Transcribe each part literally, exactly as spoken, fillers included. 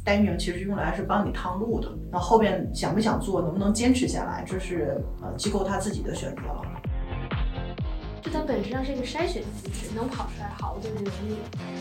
代运营其实用来是帮你趟路的，那后面想不想做，能不能坚持下来，这是呃机构他自己的选择了。 就它本质上是一个筛选机制，能跑出来好的人力。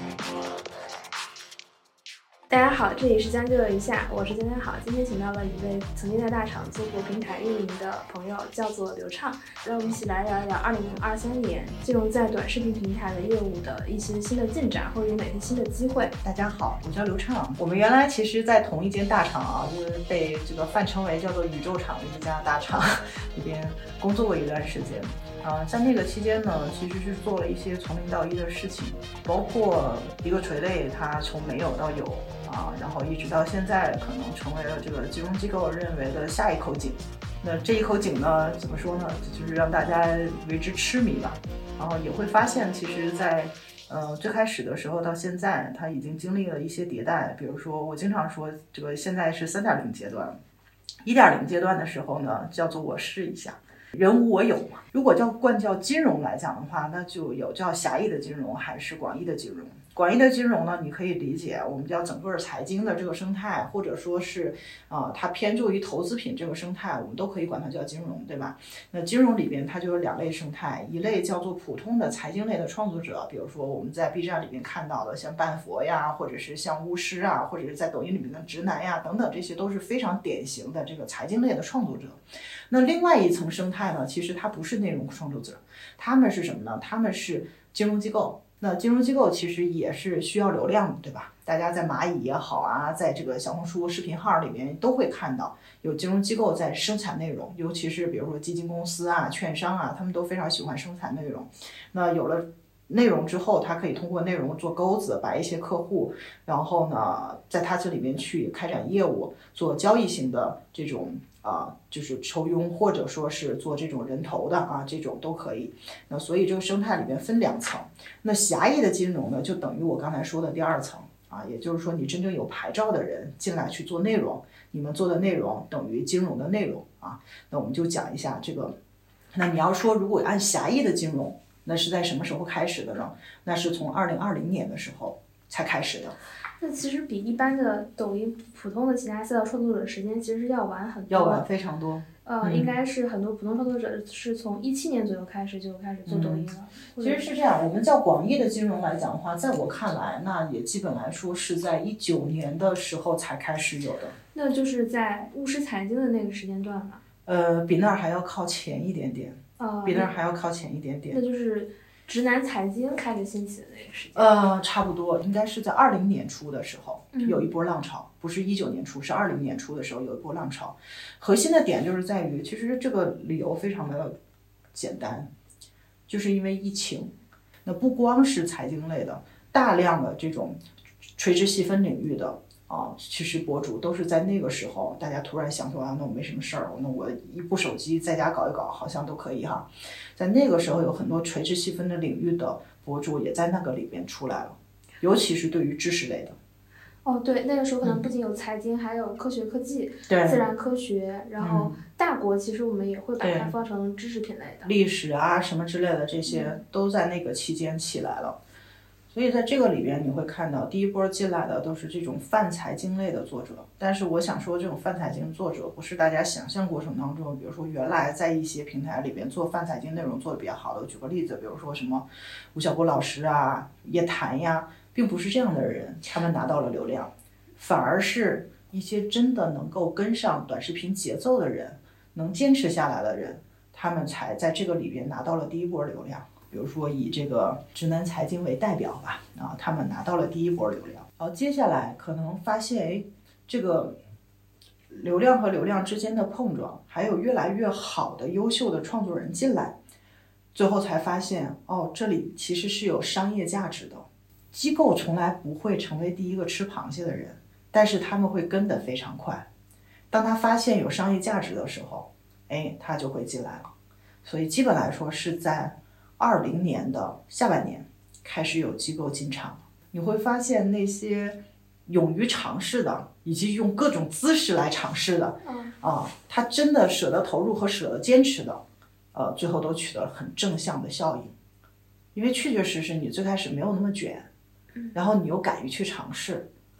大家好，这里是将就了一下，我是江江好。今天请到了一位曾经在大厂做过平台运营的朋友，叫做刘畅，让我们一起来聊一聊二零二三年金融在短视频平台的业务的一些新的进展，或者有哪些新的机会。 大家好，我叫刘畅。我们原来其实在同一间大厂啊，就是被这个泛称为叫做宇宙厂的一家大厂里边工作过一段时间。啊，在那个期间呢，其实是做了一些从零到一的事情，包括一个垂类，它从没有到有啊，然后一直到现在，可能成为了这个金融机构认为的下一口井。那这一口井呢，怎么说呢？就是让大家为之痴迷吧。然后也会发现，其实在呃最开始的时候到现在，它已经经历了一些迭代。比如说，我经常说，这个现在是三点零阶段，一点零阶段的时候呢，叫做我试一下。人无我有嘛。如果叫冠叫金融来讲的话，那就有叫狭义的金融还是广义的金融。广义的金融呢，你可以理解我们叫整个财经的这个生态，或者说是啊、呃，它偏重于投资品这个生态，我们都可以管它叫金融，对吧？那金融里边它就有两类生态，一类叫做普通的财经类的创作者，比如说我们在 B 站里面看到的像半佛呀，或者是像巫师啊，或者是在抖音里面的直男呀等等，这些都是非常典型的这个财经类的创作者。那另外一层生态呢，其实它不是内容创作者，他们是什么呢？他们是金融机构。那金融机构其实也是需要流量的，对吧？大家在蚂蚁也好啊，在这个小红书视频号里面都会看到有金融机构在生产内容，尤其是比如说基金公司啊、券商啊，他们都非常喜欢生产内容。那有了内容之后，他可以通过内容做钩子，把一些客户，然后呢，在他这里面去开展业务，做交易型的这种啊、呃，就是抽佣，或者说是做这种人头的啊，这种都可以。那所以这个生态里面分两层。那狭义的金融呢，就等于我刚才说的第二层啊，也就是说你真正有牌照的人进来去做内容，你们做的内容等于金融的内容啊。那我们就讲一下这个。那你要说如果按狭义的金融，那是在什么时候开始的呢？那是从二零二零年的时候才开始的。 那其实比一般的抖音普通的其他赛道创作者时间其实要晚很多， 要晚非常多。 呃、嗯，应该是很多普通创作者是从一七年左右开始就开始做抖音了。 嗯、其实是这样，我们叫广义的金融来讲的话，在我看来，那也基本来说是在一九年的时候才开始有的。 那就是在巫师财经的那个时间段嘛？ 呃，比那儿还要靠前一点点。 呃， 比那儿还要靠前一点点。 那就是直男财经开始兴起的那个时间。 呃，差不多，应该是在二零年初的时候、 嗯、 有一波浪潮，不是一九年初，是二零年初的时候有一波浪潮。核心的点就是在于，其实这个理由非常的简单，就是因为疫情。那不光是财经类的，大量的这种垂直细分领域的。啊，其实博主都是在那个时候，大家突然想说啊，那我没什么事儿，那我一部手机在家搞一搞，好像都可以哈。在那个时候，有很多垂直细分的领域的博主也在那个里边出来了，尤其是对于知识类的。 哦，对，那个时候可能不仅有财经，嗯、还有科学科技、自然科学，然后大国其实我们也会把它放成知识品类的， 历史啊什么之类的，这些都在那个期间起来了。所以在这个里边你会看到第一波进来的都是这种泛财经类的作者，但是我想说这种泛财经作者不是大家想象过程当中，比如说原来在一些平台里边做泛财经内容做的比较好的，我举个例子，比如说什么吴晓波老师啊、叶檀呀，并不是这样的人，他们拿到了流量，反而是一些真的能够跟上短视频节奏的人，能坚持下来的人，他们才在这个里边拿到了第一波流量。比如说以这个直男财经为代表吧，啊，他们拿到了第一波流量，然后接下来可能发现，哎，这个流量和流量之间的碰撞，还有越来越好的优秀的创作人进来，最后才发现，哦，这里其实是有商业价值的。机构从来不会成为第一个吃螃蟹的人，但是他们会跟得非常快。当他发现有商业价值的时候，哎，他就会进来了。所以基本来说是在二零年的下半年开始有机构进场，你会发现那些勇于尝试的，以及用各种姿势来尝试的，啊，他真的舍得投入和舍得坚持的，呃，最后都取得了很正向的效应。因为确确实实你最开始没有那么卷，然后你又敢于去尝试，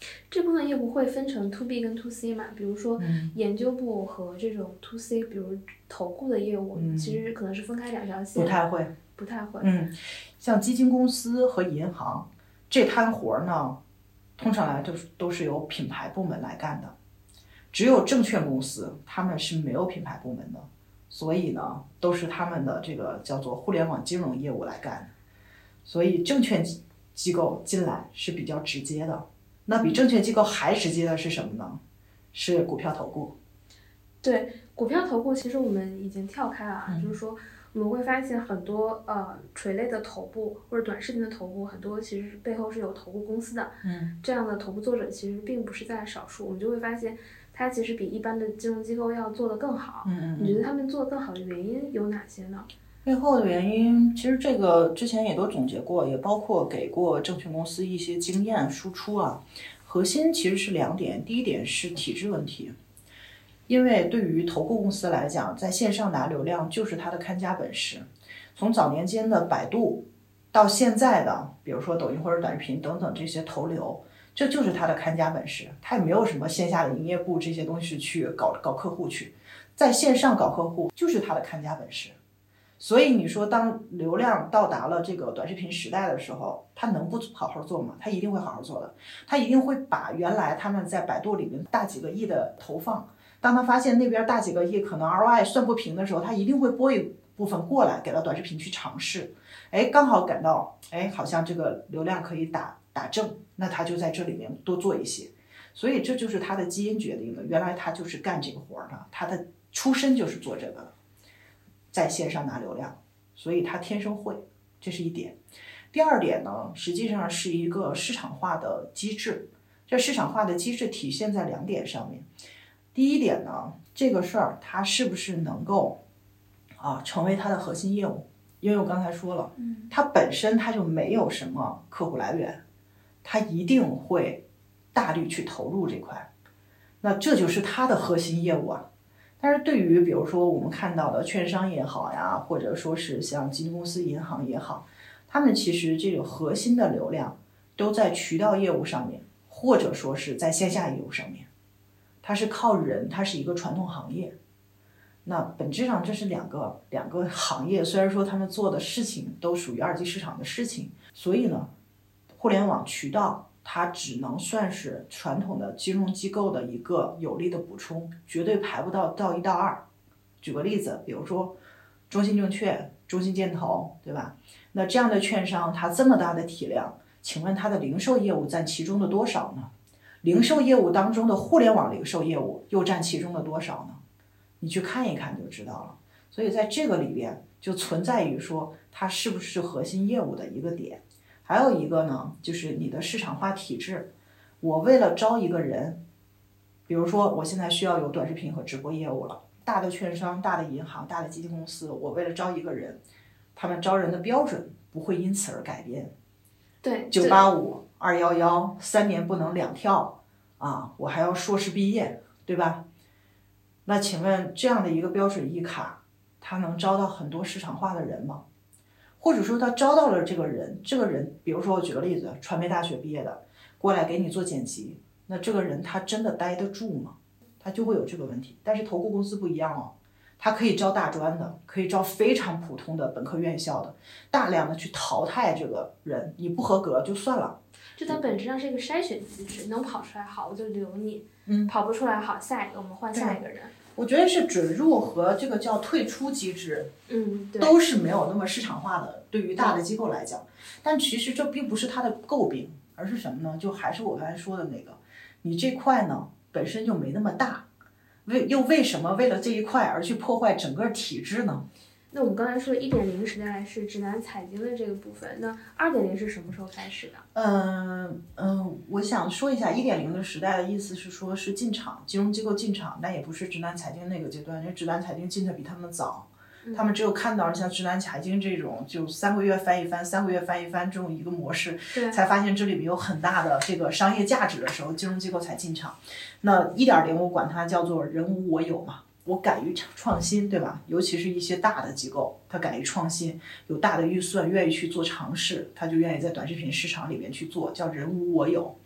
这部分业务会分成 to B 跟 to C 嘛？比如说研究部和这种 to C， 比如投顾的业务，嗯、其实可能是分开两条线。 不太会， 不太会。 嗯，像基金公司和银行这摊活呢，通常来就是都是由品牌部门来干的，只有证券公司他们是没有品牌部门的，所以呢，都是他们的这个叫做互联网金融业务来干的，所以证券机构进来是比较直接的。那比证券机构还直接的是什么呢？是股票投顾。 对，股票投顾其实我们已经跳开了啊，嗯、就是说我们会发现很多呃垂类的头部或者短视频的头部，很多其实背后是有投顾公司的。嗯，这样的头部作者其实并不是在少数，我们就会发现它其实比一般的金融机构要做得更好。嗯嗯，你觉得他们做得更好的原因有哪些呢？ 背后的原因，其实这个之前也都总结过，也包括给过证券公司一些经验输出啊。核心其实是两点，第一点是体制问题，因为对于投顾公司来讲，在线上拿流量就是它的看家本事。从早年间的百度到现在的，比如说抖音或者短视频等等这些投流，这就是它的看家本事。它也没有什么线下的营业部这些东西去搞搞客户去，在线上搞客户就是它的看家本事。所以你说当流量到达了这个短视频时代的时候，他能不好好做吗？他一定会好好做的，他一定会把原来他们在百度里面大几个亿的投放，当他发现那边大几个亿可能 R O I 算不平的时候，他一定会拨一部分过来给到短视频去尝试，哎，刚好感到哎好像这个流量可以打打正，那他就在这里面多做一些，所以这就是他的基因决定的，原来他就是干这个活的，他的出身就是做这个的。在线上拿流量，所以他天生会，这是一点。第二点呢，实际上是一个市场化的机制。这市场化的机制体现在两点上面。第一点呢，这个事儿它是不是能够啊成为它的核心业务？因为我刚才说了，它本身它就没有什么客户来源，它一定会大力去投入这块，那这就是它的核心业务啊。但是对于比如说我们看到的券商也好呀，或者说是像基金公司、银行也好，他们其实这个核心的流量都在渠道业务上面，或者说是在线下业务上面，它是靠人，它是一个传统行业。那本质上这是两个两个行业，虽然说他们做的事情都属于二级市场的事情，所以呢，互联网渠道它只能算是传统的金融机构的一个有力的补充，绝对排不到到一到二。举个例子，比如说中信证券、中信建投，对吧？那这样的券商，它这么大的体量，请问它的零售业务占其中的多少呢？零售业务当中的互联网零售业务又占其中的多少呢？你去看一看就知道了。所以在这个里边就存在于说它是不是核心业务的一个点。还有一个呢，就是你的市场化体制。我为了招一个人，比如说我现在需要有短视频和直播业务了，大的券商、大的银行、大的基金公司，我为了招一个人，他们招人的标准不会因此而改变。 对， 九八五、二幺幺，三年不能两跳啊，我还要硕士毕业，对吧？那请问这样的一个标准一卡，他能招到很多市场化的人吗？或者说他招到了这个人，这个人比如说我举个例子，传媒大学毕业的过来给你做剪辑，那这个人他真的待得住吗？他就会有这个问题。但是投顾公司不一样哦，他可以招大专的，可以招非常普通的本科院校的，大量的去淘汰这个人，你不合格就算了。 就它本质上是一个筛选机制，能跑出来好我就留你，嗯，跑不出来好下一个我们换下一个人。 我觉得是准入和这个叫退出机制， 嗯，对， 都是没有那么市场化的，对于大的机构来讲。但其实这并不是它的诟病，而是什么呢？就还是我刚才说的那个，你这块呢本身就没那么大，为又为什么为了这一块而去破坏整个体制呢？ 那我们刚才说一点零时代是指南财经的这个部分，那二点零是什么时候开始的？ 嗯嗯、呃，我想说一下一点零的时代的意思是说是进场，金融机构进场，但也不是指南财经那个阶段，因为指南财经进的比他们早。他们只有看到像指南财经这种就三个月翻一番三个月翻一番这种一个模式，才发现这里面有很大的这个商业价值的时候，金融机构才进场。那一点零我管它叫做人无我有嘛，我敢于创新，对吧？尤其是一些大的机构，它敢于创新，有大的预算，愿意去做尝试，它就愿意在短视频市场里面去做，叫人无我有。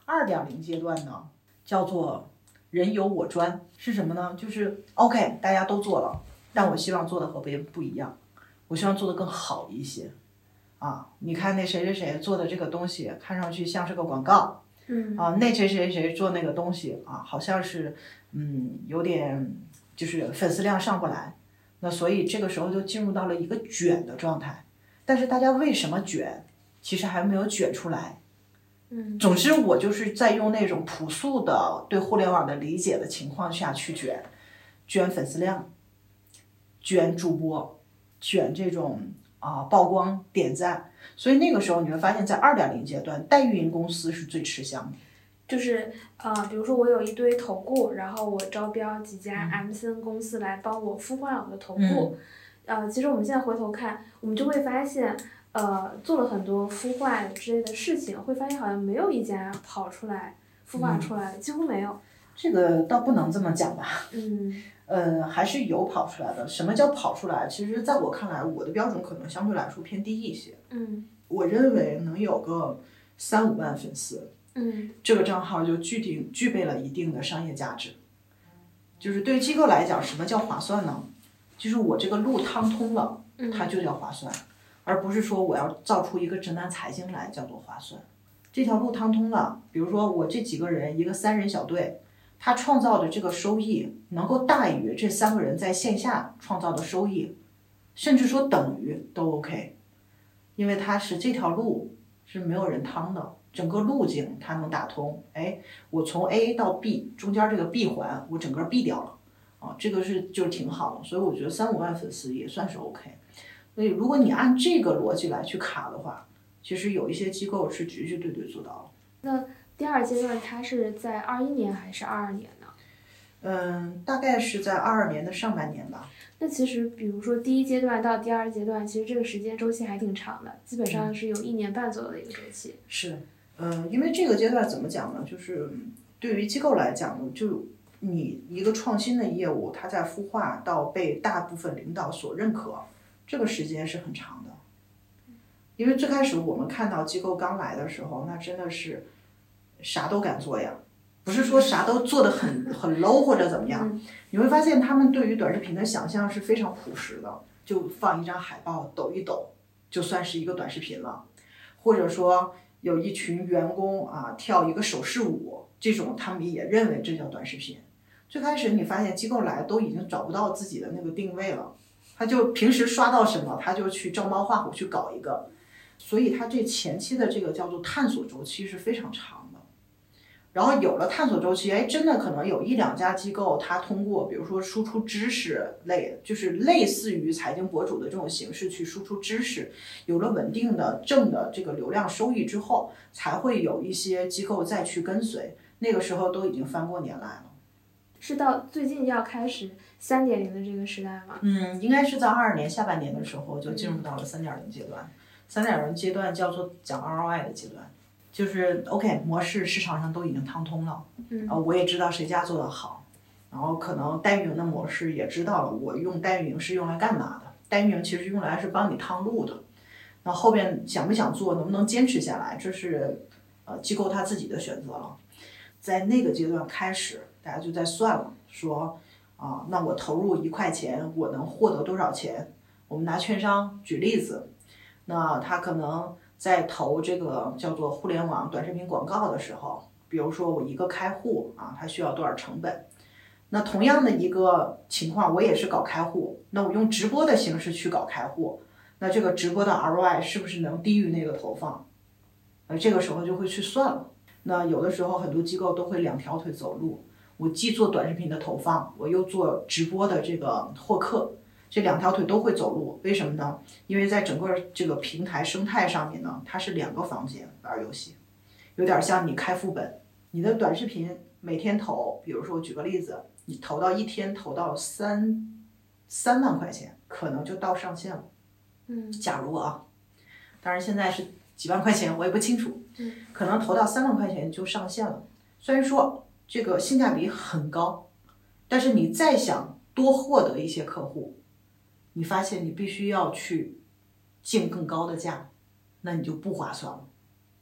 二点零阶段呢，叫做人有我专，是什么呢？就是 OK， 大家都做了，但我希望做的和别人不一样，我希望做的更好一些。啊，你看那谁谁谁做的这个东西，看上去像是个广告， 嗯啊，那谁谁谁做那个东西啊，好像是嗯有点就是粉丝量上不来，那所以这个时候就进入到了一个卷的状态。但是大家为什么卷？其实还没有卷出来。 嗯， 总之我就是在用那种朴素的对互联网的理解的情况下去卷，卷粉丝量，卷主播，卷这种啊曝光点赞。所以那个时候你会发现在 二点零 阶段，代运营公司是最吃香的。 就是呃，比如说我有一堆投顾，然后我招标几家 M C N 公司来帮我孵化我的投顾。 嗯呃，其实我们现在回头看，我们就会发现，呃，做了很多孵化之类的事情，会发现好像没有一家跑出来孵化出来，几乎没有。 这个倒不能这么讲吧。 嗯呃，还是有跑出来的。什么叫跑出来？其实在我看来，我的标准可能相对来说偏低一些。 嗯我认为能有个三五万粉丝， 嗯这个账号就具定具备了一定的商业价值。就是对于机构来讲，什么叫划算呢？就是我这个路趟通了，它就叫划算，而不是说我要造出一个直男财经来叫做划算。这条路趟通了，比如说我这几个人一个三人小队，他创造的这个收益能够大于这三个人在线下创造的收益，甚至说等于都 OK， 因为它是这条路是没有人趟的，整个路径它能打通。哎，我从 A 到 B 中间这个闭环我整个闭掉了。啊，这个是就挺好的，所以我觉得三五万粉丝也算是 OK。所以如果你按这个逻辑来去卡的话，其实有一些机构是绝绝对对做到了。 那第二阶段它是在二一年还是二二年呢？ 嗯，大概是在二二年的上半年吧。 那其实比如说第一阶段到第二阶段，其实这个时间周期还挺长的，基本上是有一年半左右的一个周期。 是，嗯，因为这个阶段怎么讲呢？就是对于机构来讲呢，就你一个创新的业务，它在孵化到被大部分领导所认可，这个时间是很长的。因为最开始我们看到机构刚来的时候，那真的是啥都敢做呀，不是说啥都做得很很 low 或者怎么样。你会发现他们对于短视频的想象是非常朴实的，就放一张海报抖一抖，就算是一个短视频了，或者说有一群员工啊跳一个手势舞，这种他们也认为这叫短视频。最开始你发现机构来都已经找不到自己的那个定位了，他就平时刷到什么他就去照猫画虎去搞一个，所以他这前期的这个叫做探索周期是非常长的。然后有了探索周期，哎，真的可能有一两家机构，它通过比如说输出知识类，就是类似于财经博主的这种形式去输出知识，有了稳定的正的这个流量收益之后，才会有一些机构再去跟随。那个时候都已经翻过年来了。 是到最近要开始三点零的这个时代吗？ 嗯，应该是在二二年下半年的时候就进入到了三点零阶段。三点零阶段叫做讲 R O I 的阶段。就是 OK 模式市场上都已经趟通了， 嗯， 呃，我也知道谁家做得好，然后可能代运营的模式也知道了，我用代运营是用来干嘛的？代运营其实用来是帮你趟路的，那后边想不想做，能不能坚持下来，这是呃机构他自己的选择了。在那个阶段开始，大家就在算了，说啊，那我投入一块钱，我能获得多少钱？我们拿券商举例子，那他可能在投这个叫做互联网短视频广告的时候，比如说我一个开户啊，它需要多少成本？那同样的一个情况，我也是搞开户，那我用直播的形式去搞开户，那这个直播的 R O I 是不是能低于那个投放？呃，这个时候就会去算了。那有的时候很多机构都会两条腿走路，我既做短视频的投放，我又做直播的这个获客。这两条腿都会走路，为什么呢？因为在整个这个平台生态上面呢，它是两个房间玩游戏，有点像你开副本，你的短视频每天投，比如说我举个例子，你投到一天投到三三万块钱，可能就到上限了。 嗯， 假如啊，当然现在是几万块钱我也不清楚， 嗯， 可能投到三万块钱就上线了。虽然说这个性价比很高，但是你再想多获得一些客户，你发现你必须要去竞更高的价，那你就不划算了。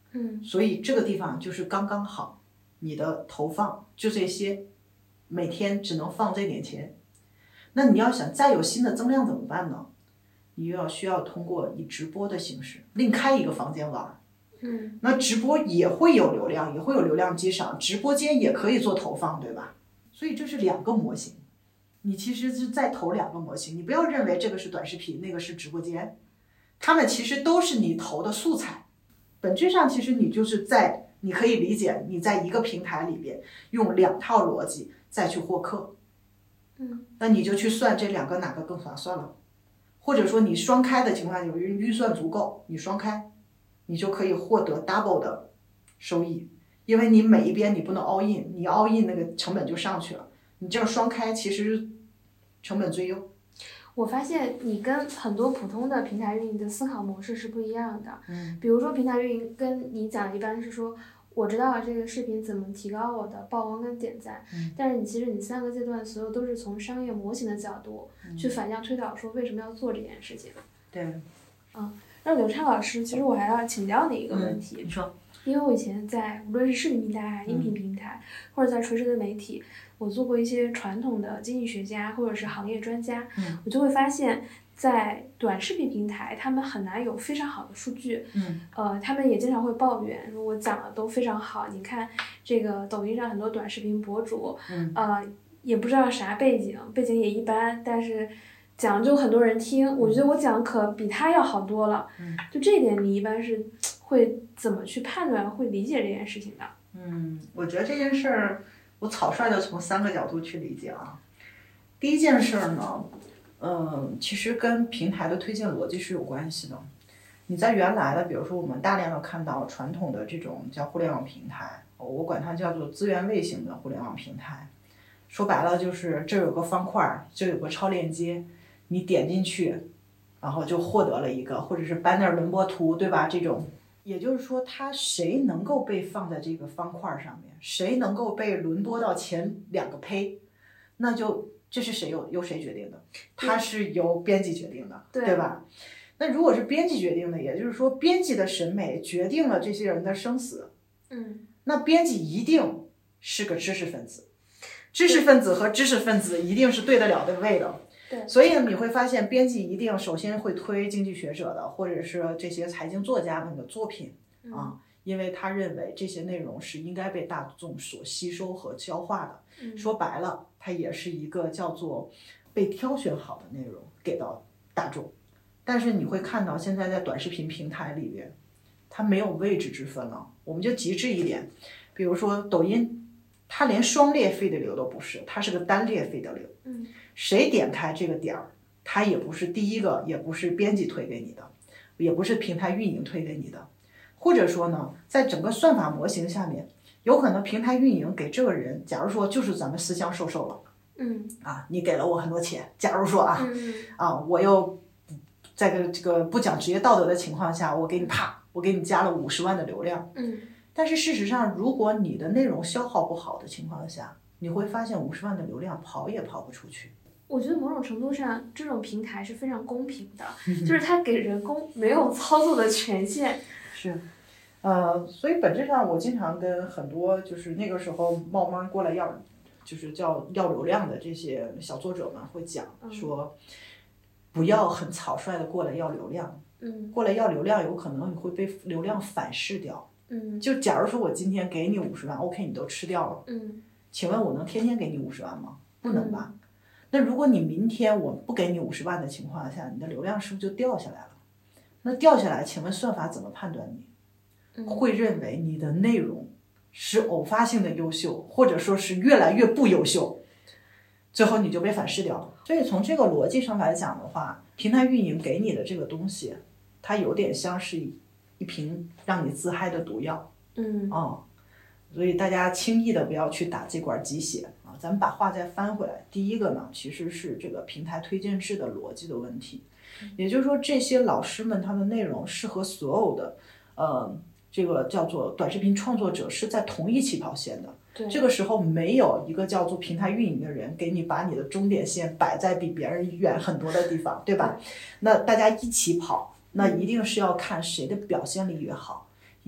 嗯， 所以这个地方就是刚刚好，你的投放就这些，每天只能放这点钱。那你要想再有新的增量怎么办呢？你又要需要通过以直播的形式另开一个房间玩。 嗯， 那直播也会有流量，也会有流量激赏，直播间也可以做投放，对吧？所以这是两个模型，你其实是在投两个模型，你不要认为这个是短视频，那个是直播间，他们其实都是你投的素材。本质上其实你就是在，你可以理解你在一个平台里边用两套逻辑再去获客。 嗯， 那你就去算这两个哪个更划算了，或者说你双开的情况下，有人预算足够，你双开，你就可以获得 double 的收益，因为你每一边你不能 all in， 你 all in 那个成本就上去了，你这样双开其实成本最优。 我发现你跟很多普通的平台运营的思考模式是不一样的。 嗯， 比如说平台运营跟你讲的一般是说，我知道了这个视频怎么提高我的曝光跟点赞， 嗯， 但是你其实你三个阶段所有都是从商业模型的角度去反向推导，说为什么要做这件事情。 对， 嗯，那刘畅老师，其实我还要请教你一个问题。 嗯，你说。 因为我以前在无论是视频平台还是音频平台，嗯、或者在垂直的媒体，我做过一些传统的经济学家或者是行业专家， 嗯、 我就会发现，在短视频平台，他们很难有非常好的数据。 嗯， 呃，他们也经常会抱怨，我讲的都非常好，你看这个抖音上很多短视频博主， 嗯， 呃，也不知道啥背景，背景也一般，但是讲就很多人听，我觉得我讲可比他要好多了。 嗯， 就这一点，你一般是会怎么去判断、会理解这件事情的？ 嗯，我觉得这件事儿，我草率的从三个角度去理解啊。第一件事儿呢，嗯，其实跟平台的推荐逻辑是有关系的。你在原来的，比如说我们大量的看到传统的这种叫互联网平台，我管它叫做资源类型的互联网平台。说白了就是这有个方块，这有个超链接，你点进去，然后就获得了一个，或者是 banner 轮播图，对吧？这种。也就是说，它谁能够被放在这个方块上面，谁能够被轮播到前两个胚，那就这是谁由由谁决定的？它是由编辑决定的，对, 对吧？那如果是编辑决定的，也就是说，编辑的审美决定了这些人的生死。 嗯， 那编辑一定是个知识分子，知识分子和知识分子一定是对得了的位的。 对， 所以你会发现，编辑一定首先会推经济学者的，或者是这些财经作家们的作品、 嗯、 啊，因为他认为这些内容是应该被大众所吸收和消化的。 嗯、说白了，它也是一个叫做被挑选好的内容给到大众。但是你会看到，现在在短视频平台里边，它没有位置之分了。我们就极致一点，比如说抖音，它连双列费的流都不是，它是个单列费的流。 嗯。 谁点开这个点儿，它也不是第一个，也不是编辑推给你的，也不是平台运营推给你的，或者说呢，在整个算法模型下面，有可能平台运营给这个人，假如说就是咱们私相授受了， 嗯， 啊，你给了我很多钱，假如说啊， 嗯、 啊，我又在个这个不讲职业道德的情况下，我给你啪，我给你加了五十万的流量， 嗯， 但是事实上，如果你的内容消耗不好的情况下，你会发现五十万的流量跑也跑不出去。 我觉得某种程度上，这种平台是非常公平的，就是它给人工没有操作的权限。 是，呃，所以本质上我经常跟很多就是那个时候冒昧过来要，就是叫要流量的这些小作者们会讲说，不要很草率的过来要流量， 嗯， 过来要流量有可能你会被流量反噬掉， 嗯， 就假如说我今天给你五十万 ，OK， 你都吃掉了， 嗯， 请问我能天天给你五十万吗？不能吧。嗯，那如果你明天我不给你五十万的情况下，你的流量是不是就掉下来了？那掉下来，请问算法怎么判断你？会认为你的内容是偶发性的优秀，或者说是越来越不优秀，最后你就被反噬掉了。所以从这个逻辑上来讲的话，平台运营给你的这个东西，它有点像是一瓶让你自嗨的毒药。 嗯， 哦，所以大家轻易的不要去打这管鸡血。咱们把话再翻回来，第一个呢，其实是这个平台推荐制的逻辑的问题，也就是说，这些老师们他的内容适合所有的，呃，这个叫做短视频创作者是在同一起跑线的。 对， 这个时候没有一个叫做平台运营的人给你把你的终点线摆在比别人远很多的地方，对吧？那大家一起跑，那一定是要看谁的表现力越好。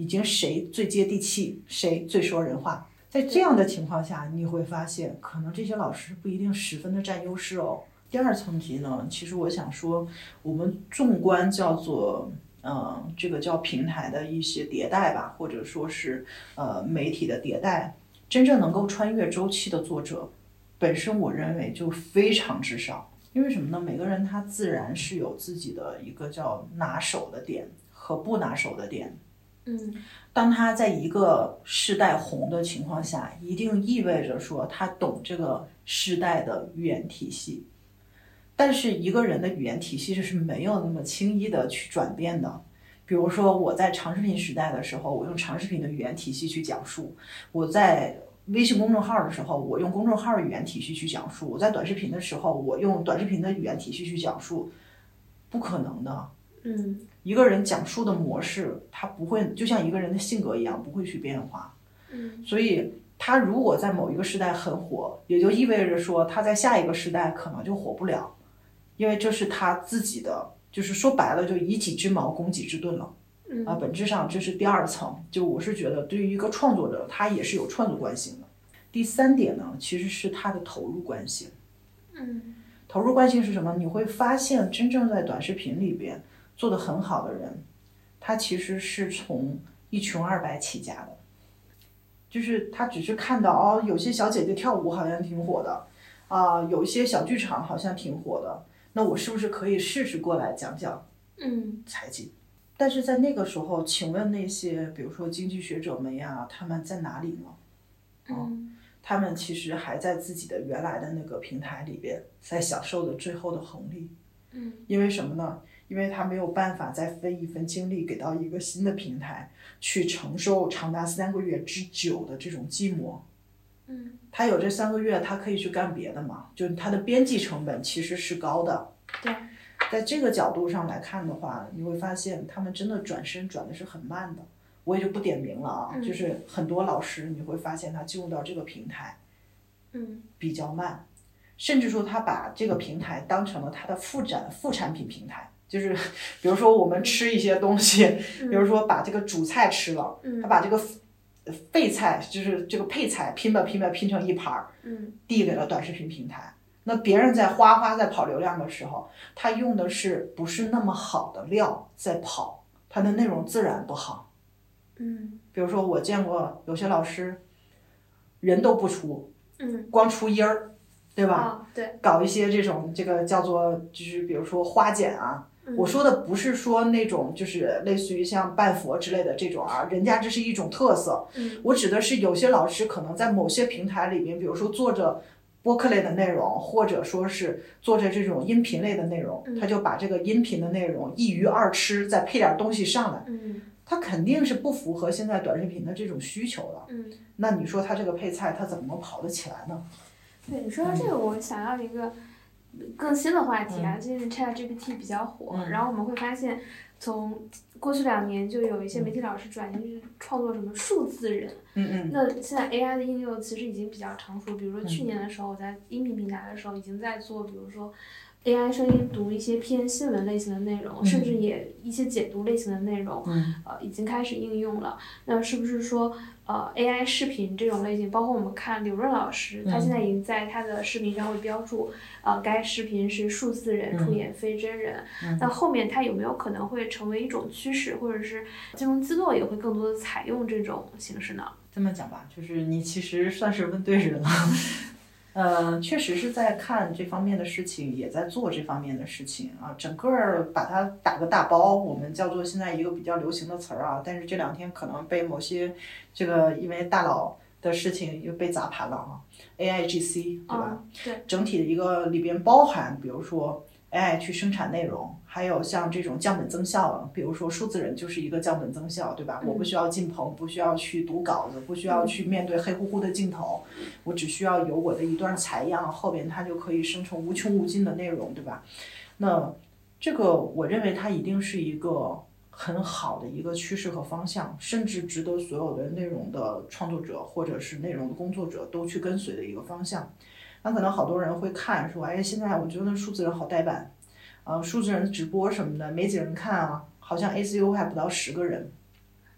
已经谁最接地气，谁最说人话。在这样的情况下，你会发现可能这些老师不一定十分的占优势哦。第二层级呢，其实我想说，我们纵观叫做呃这个叫平台的一些迭代吧，或者说是呃媒体的迭代，真正能够穿越周期的作者本身我认为就非常之少。因为什么呢？每个人他自然是有自己的一个叫拿手的点和不拿手的点。 嗯， 当他在一个世代红的情况下，一定意味着说他懂这个世代的语言体系。但是一个人的语言体系是没有那么轻易的去转变的。比如说我在长视频时代的时候，我用长视频的语言体系去讲述；我在微信公众号的时候，我用公众号的语言体系去讲述；我在短视频的时候，我用短视频的语言体系去讲述，不可能的。 嗯， 一个人讲述的模式，他不会就像一个人的性格一样，不会去变化。 嗯， 所以他如果在某一个时代很火，也就意味着说他在下一个时代可能就火不了，因为这是他自己的，就是说白了就以己之矛攻己之盾了。 嗯啊，本质上这是第二层，就我是觉得对于一个创作者，他也是有创作惯性的。第三点呢，其实是他的投入惯性。 嗯， 投入惯性是什么？你会发现真正在短视频里边做得很好的人，他其实是从一穷二白起家的，就是他只是看到哦，有些小姐姐跳舞好像挺火的，啊、呃，有一些小剧场好像挺火的，那我是不是可以试试过来讲讲嗯财经？但是在那个时候，请问那些比如说经济学者们呀，他们在哪里呢？ 嗯， 他们其实还在自己的原来的那个平台里边，在享受着最后的红利。 嗯， 因为什么呢？因为他没有办法再分一份精力给到一个新的平台，去承受长达三个月之久的这种寂寞。 嗯， 他有这三个月，他可以去干别的嘛？就是他的边际成本其实是高的。 对。 在这个角度上来看的话，你会发现他们真的转身转的是很慢的。我也就不点名了啊， 嗯、 就是很多老师你会发现他进入到这个平台， 嗯， 比较慢，甚至说他把这个平台当成了他的副产副产品平台，就是比如说我们吃一些东西， 嗯、 比如说把这个主菜吃了， 嗯、 他把这个废菜就是这个配菜拼吧拼吧拼成一盘， 嗯， 递给了短视频平台。那别人在哗哗在跑流量的时候，他用的是不是那么好的料在跑，他的内容自然不好。 嗯， 比如说我见过有些老师人都不出， 嗯， 光出音儿，对吧？ 哦，对， 搞一些这种这个叫做就是比如说花剪啊， 嗯、 我说的不是说那种就是类似于像半佛之类的这种啊，人家这是一种特色。 嗯， 我指的是有些老师可能在某些平台里面，比如说做着播客类的内容，或者说是做着这种音频类的内容， 嗯、 他就把这个音频的内容一鱼二吃，再配点东西上来。 嗯， 它肯定是不符合现在短视频的这种需求的。 嗯， 那你说它这个配菜，它怎么能跑得起来呢？ 对，你说到这个，我想要一个更新的话题啊， 嗯、 最近 ChatGPT 比较火， 嗯、 然后我们会发现，从过去两年就有一些媒体老师转型去创作什么数字人。 嗯嗯。 那现在 A I 的应用其实已经比较成熟，比如说去年的时候，我在音频平台的时候已经在做，比如说 A I 声音读一些偏新闻类型的内容， 嗯、 甚至也一些解读类型的内容， 嗯、 呃，已经开始应用了。那是不是说，呃 A I 视频这种类型，包括我们看刘润老师，他现在已经在他的视频上会标注，呃，该视频是数字人出演，非真人。 嗯、 那后面它有没有可能会成为一种趋势，或者是金融机构也会更多的采用这种形式呢？ 这么讲吧，就是你其实算是问对人了。呃，确实是在看这方面的事情，也在做这方面的事情啊。整个把它打个大包，我们叫做现在一个比较流行的词儿啊。但是这两天可能被某些这个因为大佬的事情又被砸盘了啊。A I G C 对吧？ 嗯、对。 整体的一个里边包含，比如说 A I 去生产内容，还有像这种降本增效，比如说数字人就是一个降本增效，对吧？ 嗯、 我不需要进棚，不需要去读稿子，不需要去面对黑乎乎的镜头，嗯、我只需要有我的一段采样，后边它就可以生成无穷无尽的内容，对吧？那这个我认为它一定是一个很好的一个趋势和方向，甚至值得所有的内容的创作者或者是内容的工作者都去跟随的一个方向。那可能好多人会看说，哎，现在我觉得数字人好呆板，呃，数字人直播什么的没几人看啊，好像 A C U 还不到十个人。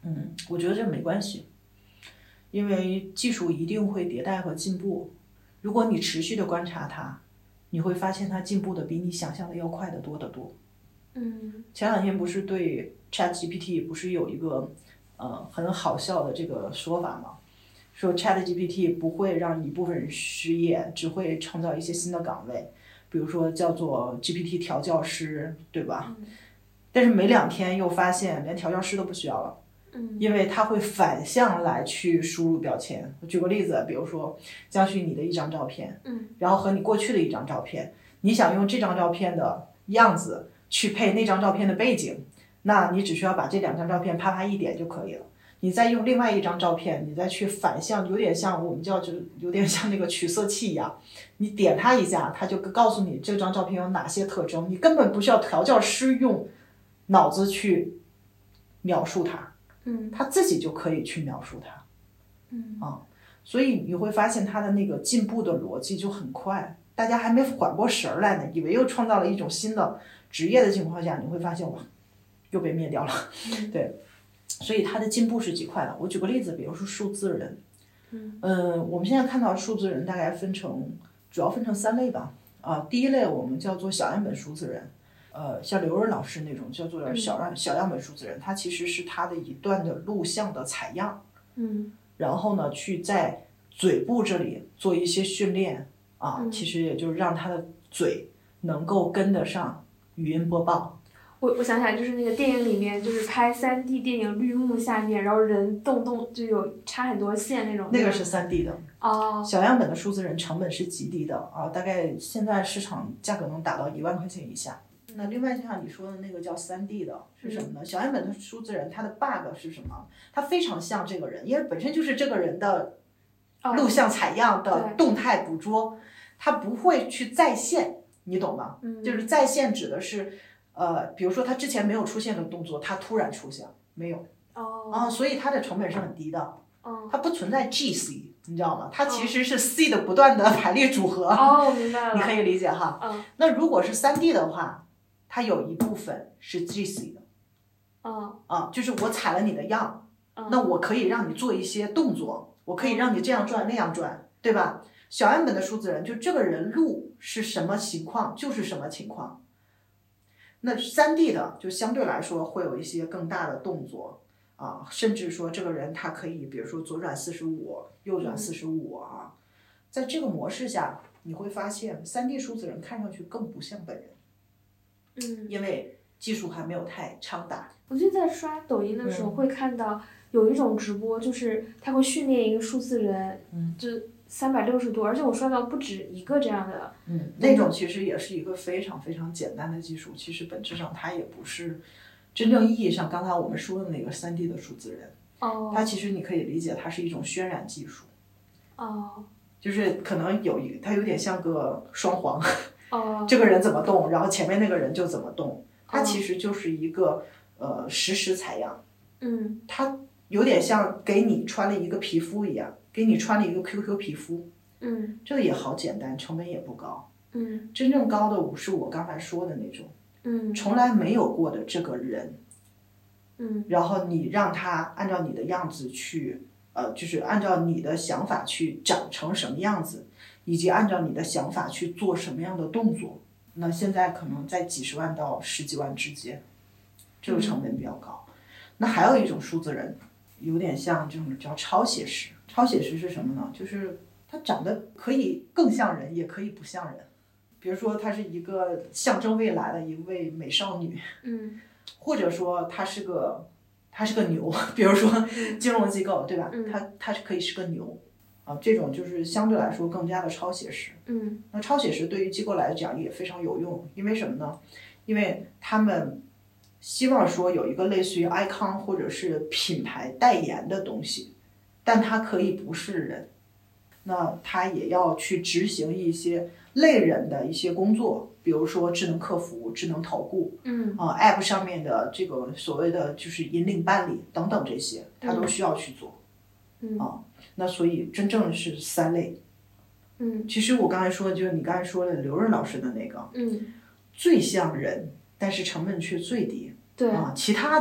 嗯，我觉得这没关系，因为技术一定会迭代和进步。如果你持续的观察它，你会发现它进步的比你想象的要快得多得多。 嗯， 前两天不是对 ChatGPT 不是有一个呃很好笑的这个说法吗？说 ChatGPT 不会让一部分人失业，只会创造一些新的岗位，比如说叫做 G P T 调教师，对吧？ 嗯、 但是没两天又发现连调教师都不需要了。 嗯， 因为它会反向来去输入标签。我举个例子，比如说江旭你的一张照片， 嗯， 然后和你过去的一张照片，你想用这张照片的样子去配那张照片的背景，那你只需要把这两张照片啪啪一点就可以了。你再用另外一张照片，你再去反向，有点像我们叫就有点像那个取色器一样，你点它一下，它就告诉你这张照片有哪些特征，你根本不需要调教师用脑子去描述它。 嗯， 他自己就可以去描述它， 嗯啊，所以你会发现他的那个进步的逻辑就很快，大家还没缓过神来呢，以为又创造了一种新的职业的情况下，你会发现哇，又被灭掉了， 嗯、 对，所以它的进步是极快的。我举个例子，比如说数字人， 嗯， 呃，我们现在看到数字人大概分成，主要分成三类吧，啊，第一类我们叫做小样本数字人。呃，像刘润老师那种叫做小样、嗯、小样本数字人，它其实是他的一段的录像的采样， 嗯， 然后呢，去在嘴部这里做一些训练啊、 嗯， 其实也就是让他的嘴能够跟得上语音播报。 我我想起来，就是那个电影里面，就是拍三 D 电影绿幕下面，然后人动动就有插很多线那种。 那个是三 D 的。 哦。 小样本的数字人成本是极低的啊，大概现在市场价格能打到一万块钱以下。那另外就像你说的那个叫三 D 的是什么呢？小样本的数字人，它的 bug 是什么？它非常像这个人，因为本身就是这个人的录像采样的动态捕捉，它不会去再现，你懂吗？ 嗯， 就是再现指的是，呃，比如说他之前没有出现的动作，它突然出现，没有。 哦。 啊，所以它的成本是很低的。 哦。 它不存在 G C。你知道吗？它其实是 C 的不断的排列组合。 哦，明白了。 你可以理解哈。 嗯。 那如果是三 D 的话，它有一部分是 G C 的。 嗯。 啊，就是我采了你的样， 嗯、 那我可以让你做一些动作，我可以让你这样转那样转，对吧？小样本的数字人，就这个人录是什么情况就是什么情况。那三 D 的就相对来说会有一些更大的动作。啊，甚至说这个人他可以，比如说左转四十五，右转四十五啊，在这个模式下，你会发现三 D 数字人看上去更不像本人， 嗯， 因为技术还没有太昌达。 我最近在刷抖音的时候会看到有一种直播，就是他会训练一个数字人， 嗯， 就三百六十度，而且我刷到不止一个这样的， 嗯，那种其实也是一个非常非常简单的技术，其实本质上它也不是。真正意义上，刚才我们说的那个三 D 的数字人， 哦， 它其实你可以理解，它是一种渲染技术， 哦， 就是可能有一，它有点像个双簧， 哦， 这个人怎么动，然后前面那个人就怎么动，它其实就是一个、哦、呃实时采样， 嗯， 它有点像给你穿了一个皮肤一样，给你穿了一个 Q Q 皮肤， 嗯， 这个也好简单，成本也不高， 嗯， 真正高的是我刚才说的那种。 嗯， 从来没有过的这个人， 嗯， 然后你让他按照你的样子去，呃，就是按照你的想法去长成什么样子，以及按照你的想法去做什么样的动作，那现在可能在几十万到十几万之间，这个成本比较高。嗯、那还有一种数字人，有点像这种叫超写实。超写实是什么呢？就是他长得可以更像人，也可以不像人。比如说，她是一个象征未来的一位美少女， 嗯， 或者说她是个，她是个牛，比如说金融机构，对吧？ 嗯， 她她是可以是个牛，啊，这种就是相对来说更加的超写实。 嗯， 那超写实对于机构来讲也非常有用，因为什么呢？因为他们希望说有一个类似于 icon 或者是品牌代言的东西，但它可以不是人，那它也要去执行一些类人的一些工作，比如说智能客服、智能投顾， 嗯啊、呃、，App 上面的这个所谓的就是引领办理等等这些，它都需要去做， 嗯啊，那所以真正是三类， 嗯， 其实我刚才说的就是你刚才说的刘润老师的那个， 嗯， 最像人，但是成本却最低， 对啊，其他的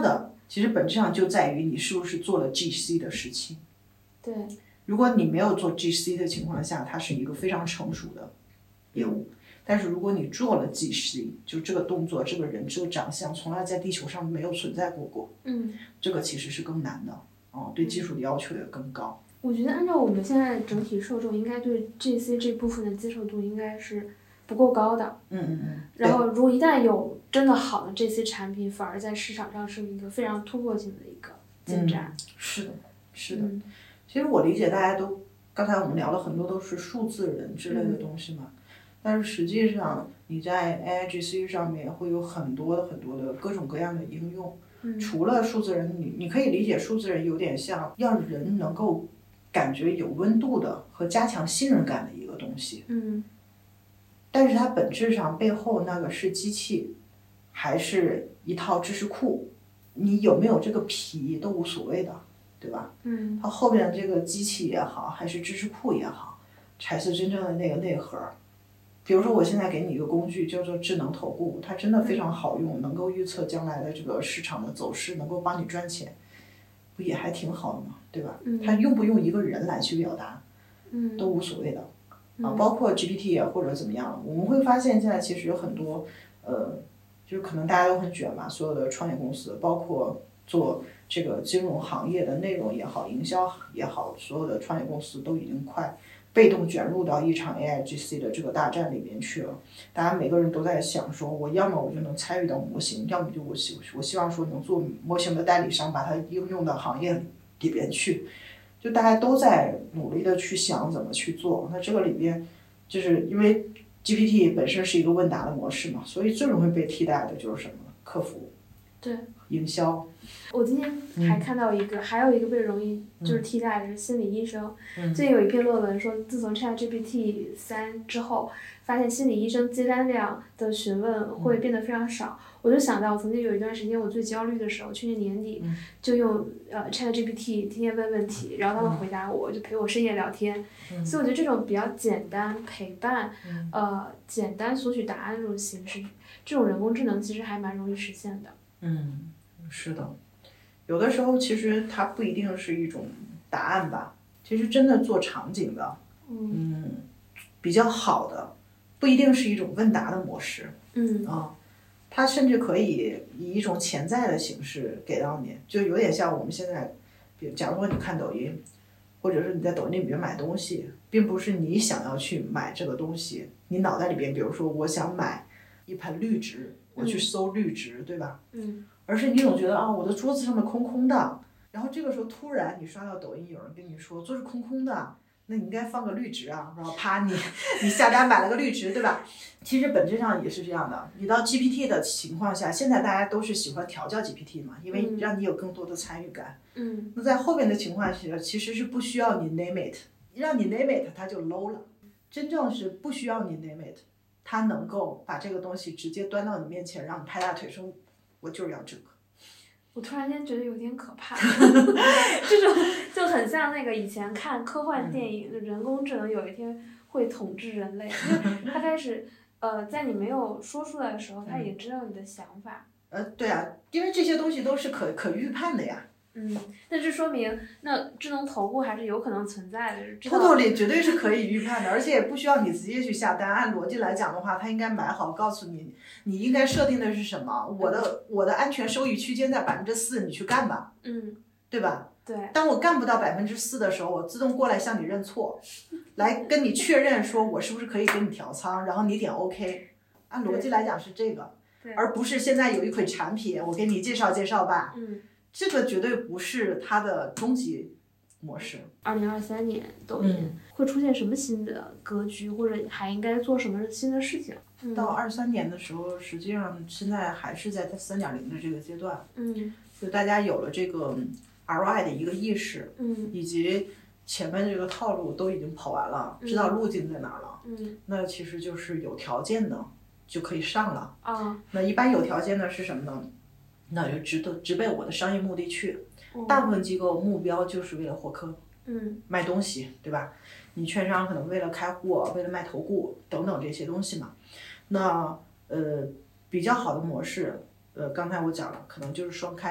其实本质上就在于你是不是做了 G C 的事情。 对， 如果你没有做 G C 的情况下，它是一个非常成熟的业务。但是如果你做了 G C， 就这个动作、这个人、这个长相，从来在地球上没有存在过过， 嗯， 这个其实是更难的，哦，对技术的要求也更高。 我觉得按照我们现在整体受众，应该对 G C 这部分的接受度应该是不够高的。 嗯嗯嗯。 然后，如果一旦有真的好的 G C 产品，反而在市场上是一个非常突破性的一个进展。 嗯、是的，是的、 嗯。 其实我理解，大家都刚才我们聊了很多都是数字人之类的东西嘛， 嗯、 但是实际上你在 A I G C 上面会有很多的很多的各种各样的应用。 嗯、 除了数字人，你你可以理解数字人有点像让人能够感觉有温度的和加强信任感的一个东西。 嗯。 但是它本质上背后那个是机器，还是一套知识库，你有没有这个皮都无所谓的，对吧？ 嗯。 它后边这个机器也好，还是知识库也好，才是真正的那个内核。比如说我现在给你一个工具叫做智能投顾，它真的非常好用，能够预测将来的这个市场的走势，能够帮你赚钱，不也还挺好的吗？对吧？ 嗯。 它用不用一个人来去表达， 嗯， 都无所谓的。啊，包括 G P T 或者怎么样，我们会发现现在其实有很多，呃，就是可能大家都很卷嘛，所有的创业公司，包括做这个金融行业的内容也好，营销也好，所有的创业公司都已经快被动卷入到一场 A I G C 的这个大战里面去了。大家每个人都在想说，我要么我就能参与到模型，要么就我希我希望说能做模型的代理商，把它应用到行业里边去。就大家都在努力的去想怎么去做，那这个里边，就是因为 G P T 本身是一个问答的模式嘛，所以最容易被替代的就是什么？客服， 对， 营销。 我今天还看到一个，嗯、还有一个被容易就是替代的是心理医生。 嗯、 最近有一篇论文说，自从 ChatGPT 三之后，发现心理医生接单量的询问会变得非常少。嗯、我就想到，我曾经有一段时间我最焦虑的时候，去年年底、 嗯、 就用呃 ChatGPT 天天问问题，然后他们回答我，就陪我深夜聊天。 嗯、 所以我觉得这种比较简单陪伴， 嗯、 呃，简单索取答案这种形式，这种人工智能其实还蛮容易实现的。 嗯，是的。有的时候其实它不一定是一种答案吧，其实真的做场景的，嗯，比较好的，不一定是一种问答的模式， 嗯啊，它甚至可以以一种潜在的形式给到你，就有点像我们现在，比如假如说你看抖音，或者是你在抖音里面买东西，并不是你想要去买这个东西，你脑袋里边，比如说我想买一盆绿植，我去搜绿植，对吧？ 嗯。 而是你总觉得啊，我的桌子上面空空的，然后这个时候突然你刷到抖音，有人跟你说桌子空空的，那你应该放个绿植啊，然后啪你你下单买了个绿植，对吧？其实本质上也是这样的。你到 G P T 的情况下，现在大家都是喜欢调教 G P T 嘛，因为让你有更多的参与感。 嗯。 那在后面的情况下，其实是不需要你 name it， 让你 name it 它就 low 了。真正是不需要你 name it， 它能够把这个东西直接端到你面前，让你拍大腿说。我就是要这个， 我突然间觉得有点可怕，这种就很像那个以前看科幻电影，嗯、人工智能有一天会统治人类，就是它开始呃，在你没有说出来的时候，它已经知道你的想法。 呃，对啊，因为这些东西都是可可预判的呀。 嗯，但是说明那智能投顾还是有可能存在的。 totally 绝对是可以预判的，而且也不需要你直接去下单。按逻辑来讲的话，它应该买好，告诉你你应该设定的是什么。我的我的安全收益区间在百分之四，你去干吧。 嗯， 对吧？ 对。 当我干不到百分之四的时候，我自动过来向你认错，来跟你确认说我是不是可以给你调仓，然后你点 OK。按逻辑来讲是这个，而不是现在有一款产品，我给你介绍介绍吧。 嗯。 这个绝对不是它的终极模式。 二零二三年抖音会出现什么新的格局，或者还应该做什么新的事情？嗯、 到二三年的时候，实际上现在还是在三点零的这个阶段。 嗯， 就大家有了这个 R O I 的一个意识， 嗯， 以及前面这个套路都已经跑完了，知道路径在哪儿了。 嗯， 那其实就是有条件的就可以上了。 啊， 那一般有条件的是什么呢？那就直的直奔我的商业目的去。大部分机构目标就是为了获客， 嗯， 卖东西，对吧？你券商可能为了开户，为了卖投顾等等这些东西嘛。那呃比较好的模式，呃刚才我讲了，可能就是双开，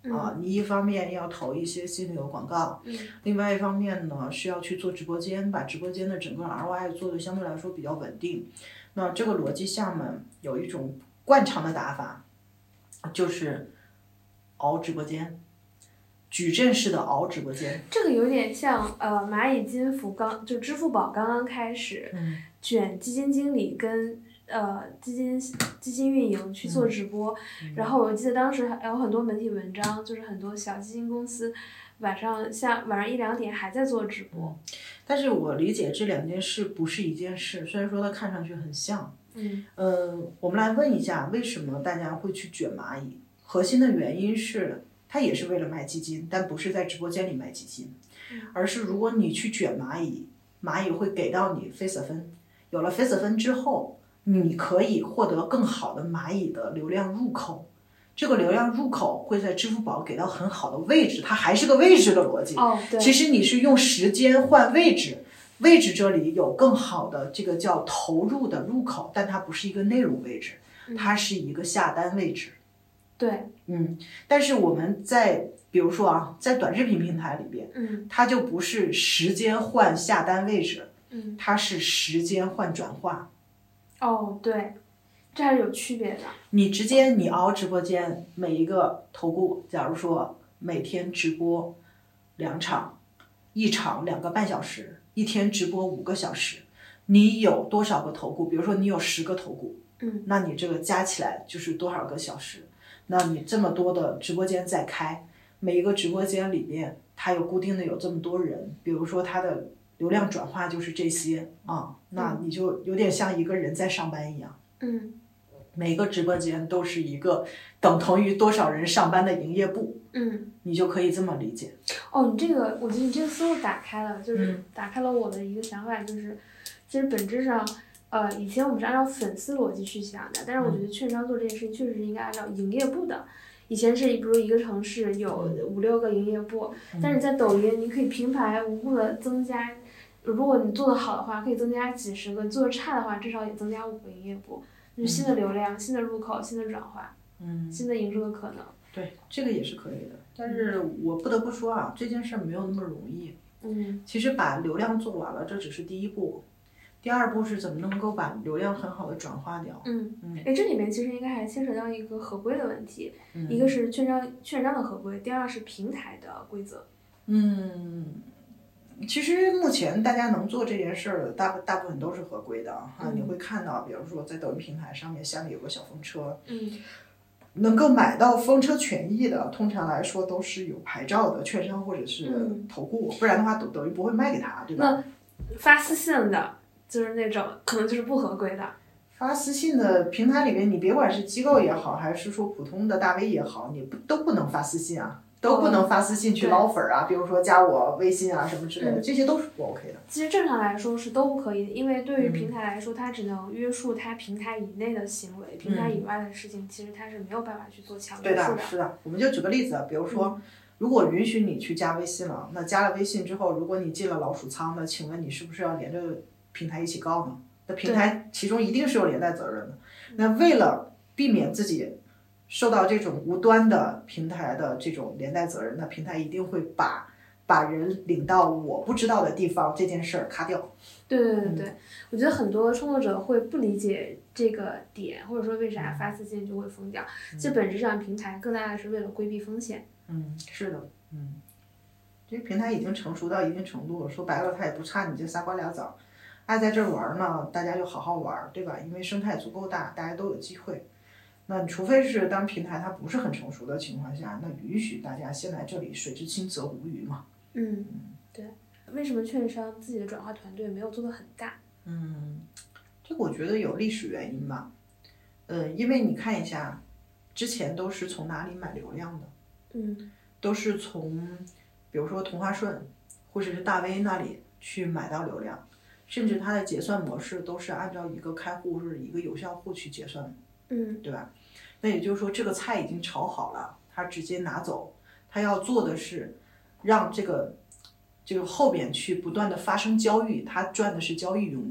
啊，你一方面要投一些心流广告， 嗯， 另外一方面呢是要去做直播间，把直播间的整个 R O I 做的相对来说比较稳定。那这个逻辑下面有一种惯常的打法，就是熬直播间，矩阵式的熬直播间。 这个有点像呃蚂蚁金服刚就支付宝刚刚开始， 嗯， 卷基金经理跟呃基金基金运营去做直播， 嗯、 然后我记得当时还有很多媒体文章，就是很多小基金公司晚上像晚上一两点还在做直播。 嗯、但是我理解这两件事不是一件事，虽然说它看上去很像。 嗯， 呃，我们来问一下，为什么大家会去卷蚂蚁？核心的原因是，它也是为了卖基金，但不是在直播间里卖基金，而是如果你去卷蚂蚁，蚂蚁会给到你face分，有了face分之后，你可以获得更好的蚂蚁的流量入口，这个流量入口会在支付宝给到很好的位置，它还是个位置的逻辑。 哦，对。 其实你是用时间换位置。位置这里有更好的这个叫投入的入口，但它不是一个内容位置，它是一个下单位置。 对， 嗯，但是我们在比如说啊，在短视频平台里边， 嗯， 它就不是时间换下单位置， 嗯， 它是时间换转化。 哦，对，这还是有区别的。 你直接你熬直播间，每一个投顾，假如说每天直播两场，一场两个半小时。一天直播五个小时，你有多少个投顾？比如说你有十个投顾， 嗯， 那你这个加起来就是多少个小时？那你这么多的直播间在开，每一个直播间里边，它有固定的有这么多人，比如说它的流量转化就是这些啊，那你就有点像一个人在上班一样， 嗯， 每个直播间都是一个等同于多少人上班的营业部， 嗯， 你就可以这么理解。 哦，你这个，我觉得你这个思路打开了，就是打开了我的一个想法，就是，其实本质上，呃，以前我们是按照粉丝逻辑去想的，但是我觉得券商做这件事情确实是应该按照营业部的。以前是比如一个城市有五六个营业部，但是在抖音你可以平排无故的增加，如果你做得好的话，可以增加几十个；做得差的话，至少也增加五个营业部，就是新的流量、新的入口、新的转化， 嗯， 新的营收的可能。 对，这个也是可以的，但是我不得不说啊，这件事没有那么容易。 嗯， 其实把流量做完了，这只是第一步，第二步是怎么能够把流量很好的转化掉。 嗯嗯，哎，这里面其实应该还牵扯到一个合规的问题， 嗯、 一个是券商券商的合规，第二是平台的规则。 嗯，其实目前大家能做这件事儿的大大部分都是合规的啊、嗯，你会看到，比如说在抖音平台上面下面有个小风车， 嗯。 能够买到风车权益的，通常来说都是有牌照的券商或者是投顾，嗯、不然的话抖抖音不会卖给他，对吧？ 那发私信的，就是那种可能就是不合规的。 发私信的平台里面，你别管是机构也好，还是说普通的大 V 也好，你不都不能发私信啊，都不能发私信去捞粉啊，比如说加我微信啊什么之类的， 嗯、 这些都是不 OK 的。 其实正常来说是都不可以的，因为对于平台来说，它只能约束它平台以内的行为，嗯、平台以外的事情，其实它是没有办法去做强约束的。 对的，是的。我们就举个例子，比如说，嗯、如果允许你去加微信了，那加了微信之后，如果你进了老鼠仓，那请问你是不是要连着平台一起告呢？那平台其中一定是有连带责任的。那为了避免自己受到这种无端的平台的这种连带责任，那平台一定会把把人领到我不知道的地方这件事儿卡掉。 对对对对、嗯，我觉得很多创作者会不理解这个点，或者说为啥发私信就会封掉。嗯、这本质上平台更大的是为了规避风险。 嗯，是的，嗯，这个平台已经成熟到一定程度了，说白了它也不差你这仨瓜俩枣。爱在这玩呢，大家就好好玩，对吧？因为生态足够大，大家都有机会。那除非是当平台它不是很成熟的情况下，那允许大家先来这里，水至清则无鱼嘛。 嗯，对。为什么券商自己的转化团队没有做得很大？ 嗯，这个我觉得有历史原因吧。呃，因为你看一下，之前都是从哪里买流量的？ 嗯， 都是从比如说同花顺或者是大 V 那里去买到流量。甚至它的结算模式都是按照一个开户或者一个有效户去结算的， 嗯， 对吧？那也就是说，这个菜已经炒好了，他直接拿走，他要做的是让这个这个后边去不断的发生交易，他赚的是交易佣金，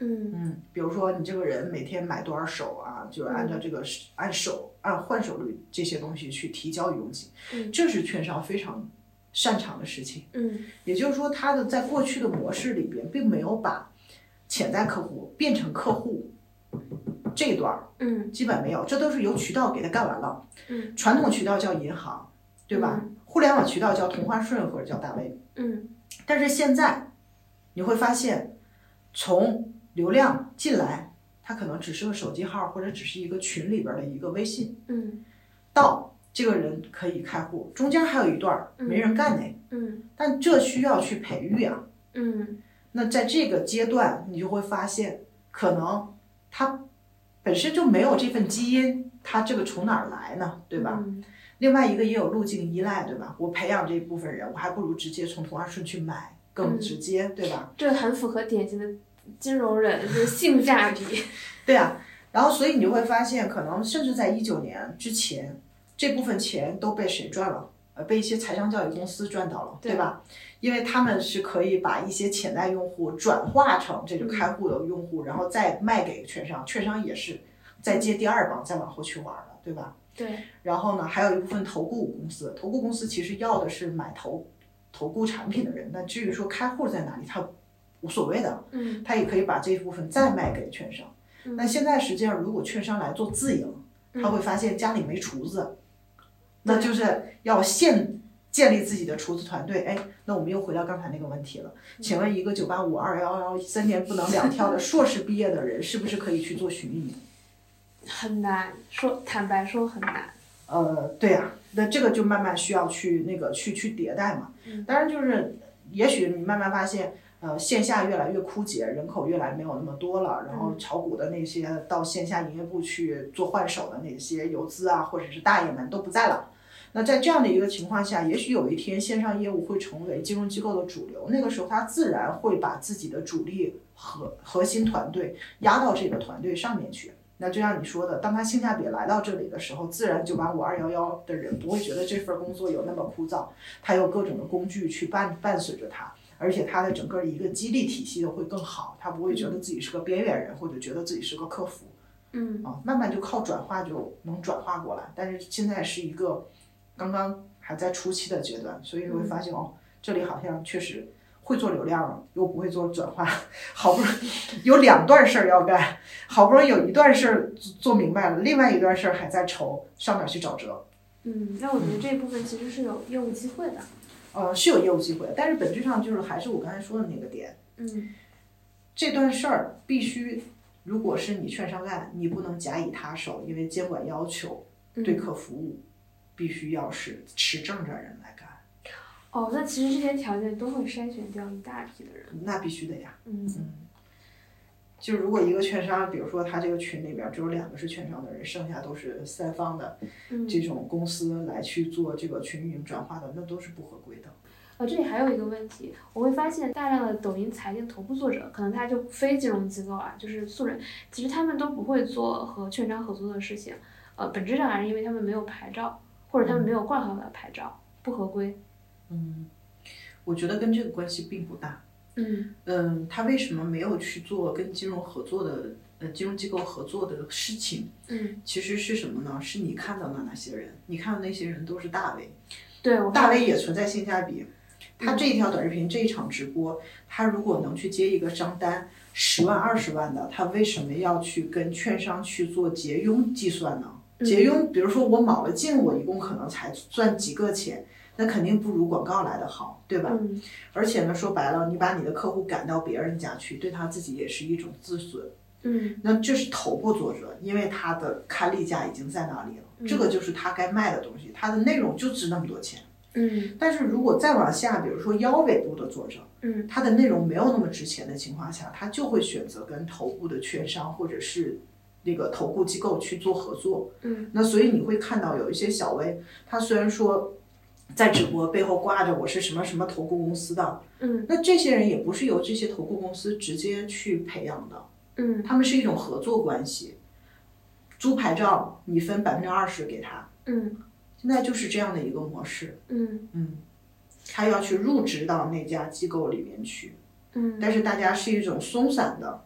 嗯嗯，比如说你这个人每天买多少手啊，就按照这个按手按换手率这些东西去提交佣金， 嗯， 这是券商非常擅长的事情。 嗯， 也就是说，它的在过去的模式里边，并没有把潜在客户变成客户这一段， 嗯， 基本没有，这都是由渠道给他干完了。 嗯， 传统渠道叫银行，对吧？ 嗯、 互联网渠道叫同花顺或者叫大 V。 嗯， 但是现在你会发现，从流量进来，它可能只是个手机号或者只是一个群里边的一个微信， 嗯， 到这个人可以开户，中间还有一段没人干呢， 嗯， 但这需要去培育啊， 嗯， 那在这个阶段，你就会发现，可能他本身就没有这份基因，他这个从哪儿来呢？对吧？ 嗯、 另外一个也有路径依赖，对吧？我培养这一部分人，我还不如直接从同花顺去买，更直接， 嗯、 对吧？ 这很符合典型的金融人就是性价比。 对啊，然后所以你就会发现，可能甚至在一九年之前，这部分钱都被谁赚了？呃，被一些财商教育公司赚到了， 对, 对吧？因为他们是可以把一些潜在用户转化成这种开户的用户，嗯、然后再卖给券商，券商也是再接第二棒，再往后去玩了，对吧？ 对。 然后呢，还有一部分投顾公司，投顾公司其实要的是买投投顾产品的人，那至于说开户在哪里，他无所谓的， 嗯， 他也可以把这一部分再卖给券商。 嗯、 那现在实际上，如果券商来做自营，他会发现家里没厨子，嗯、那就是要现建立自己的厨子团队。哎，那我们又回到刚才那个问题了，请问一个九八五、二幺幺、三年不能两跳的硕士毕业的人，是不是可以去做巡运营？ 很难说，坦白说很难。 呃，对呀、啊，那这个就慢慢需要去那个去去迭代嘛。 嗯， 当然就是，也许你慢慢发现，呃，线下越来越枯竭，人口越来没有那么多了，然后炒股的那些到线下营业部去做换手的那些游资啊，或者是大爷们都不在了。那在这样的一个情况下，也许有一天线上业务会成为金融机构的主流，那个时候他自然会把自己的主力和核心团队压到这个团队上面去。那就像你说的，当他性价比来到这里的时候，自然九八五、二幺幺的人不会觉得这份工作有那么枯燥，他有各种的工具去伴伴随着他，而且他的整个的一个激励体系的会更好，他不会觉得自己是个边缘人，或者觉得自己是个客服， 嗯啊，慢慢就靠转化就能转化过来。但是现在是一个刚刚还在初期的阶段，所以你会发现、嗯、哦，这里好像确实会做流量又不会做转化，好不容易有两段事儿要干，好不容易有一段事儿做明白了，另外一段事儿还在愁上哪去找辙。 嗯，那我觉得这一部分其实是有业务机会的。 呃，是有业务机会的，但是本质上就是还是我刚才说的那个点。 嗯， 这段事儿必须，如果是你券商干，你不能假以他手，因为监管要求对客服务必须要是持证的人来干。 哦，那其实这些条件都会筛选掉一大批的人。 那必须的呀。 嗯嗯。就如果一个券商，比如说他这个群里边只有两个是券商的人，剩下都是三方的这种公司来去做这个群运营转化的，那都是不合规的。 呃，这里还有一个问题，我会发现大量的抖音财经头部作者，可能他就非金融机构啊，就是素人，其实他们都不会做和券商合作的事情。呃，本质上还是因为他们没有牌照，或者他们没有挂号的牌照，不合规。 嗯，我觉得跟这个关系并不大。 嗯嗯，他为什么没有去做跟金融合作的呃金融机构合作的事情？ 嗯， 其实是什么呢？是你看到的那些人，你看到那些人都是大 V， 对， 大 V 也存在性价比。他这一条短视频、嗯、这一场直播，他如果能去接一个商单十万、二十万的，他为什么要去跟券商去做节佣计算呢？节佣，比如说我卯了劲，我一共可能才赚几个钱。那肯定不如广告来的好，对吧？ 嗯， 而且呢，说白了，你把你的客户赶到别人家去，对他自己也是一种自损。 嗯， 那这是头部作者，因为他的刊例价已经在那里了， 嗯、 这个就是他该卖的东西，他的内容就值那么多钱。 嗯， 但是如果再往下，比如说腰尾部的作者， 嗯， 他的内容没有那么值钱的情况下，他就会选择跟头部的券商或者是那个投顾机构去做合作。 嗯， 那所以你会看到有一些小 V， 他虽然说在直播背后挂着我是什么什么投顾公司的， 嗯， 那这些人也不是由这些投顾公司直接去培养的， 嗯， 他们是一种合作关系，租牌照你分百分之二十给他， 嗯， 现在就是这样的一个模式， 嗯嗯，他要去入职到那家机构里面去， 嗯， 但是大家是一种松散的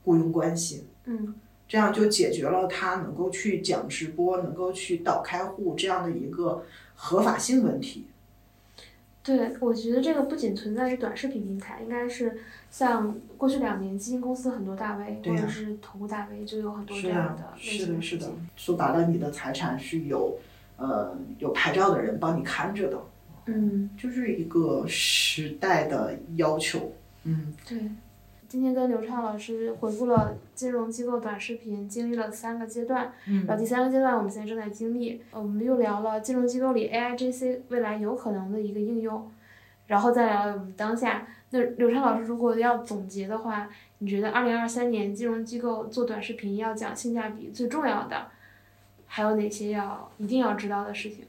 雇佣关系， 嗯， 这样就解决了他能够去讲直播，能够去导开户这样的一个合法性问题。 对，我觉得这个不仅存在于短视频平台，应该是像过去两年基金公司很多大 V、啊、或者是头部大 V 就有很多这样的类型的事情。 是的，是的，说白了，你的财产是有呃有牌照的人帮你看着的。 嗯， 就是一个时代的要求。嗯， 对。今天跟刘畅老师回顾了金融机构短视频经历了三个阶段， 嗯， 然后第三个阶段我们现在正在经历，我们又聊了金融机构里 A I G C 未来有可能的一个应用，然后再聊我们当下。那刘畅老师如果要总结的话，你觉得二零二三年金融机构做短视频要讲性价比最重要的还有哪些要一定要知道的事情？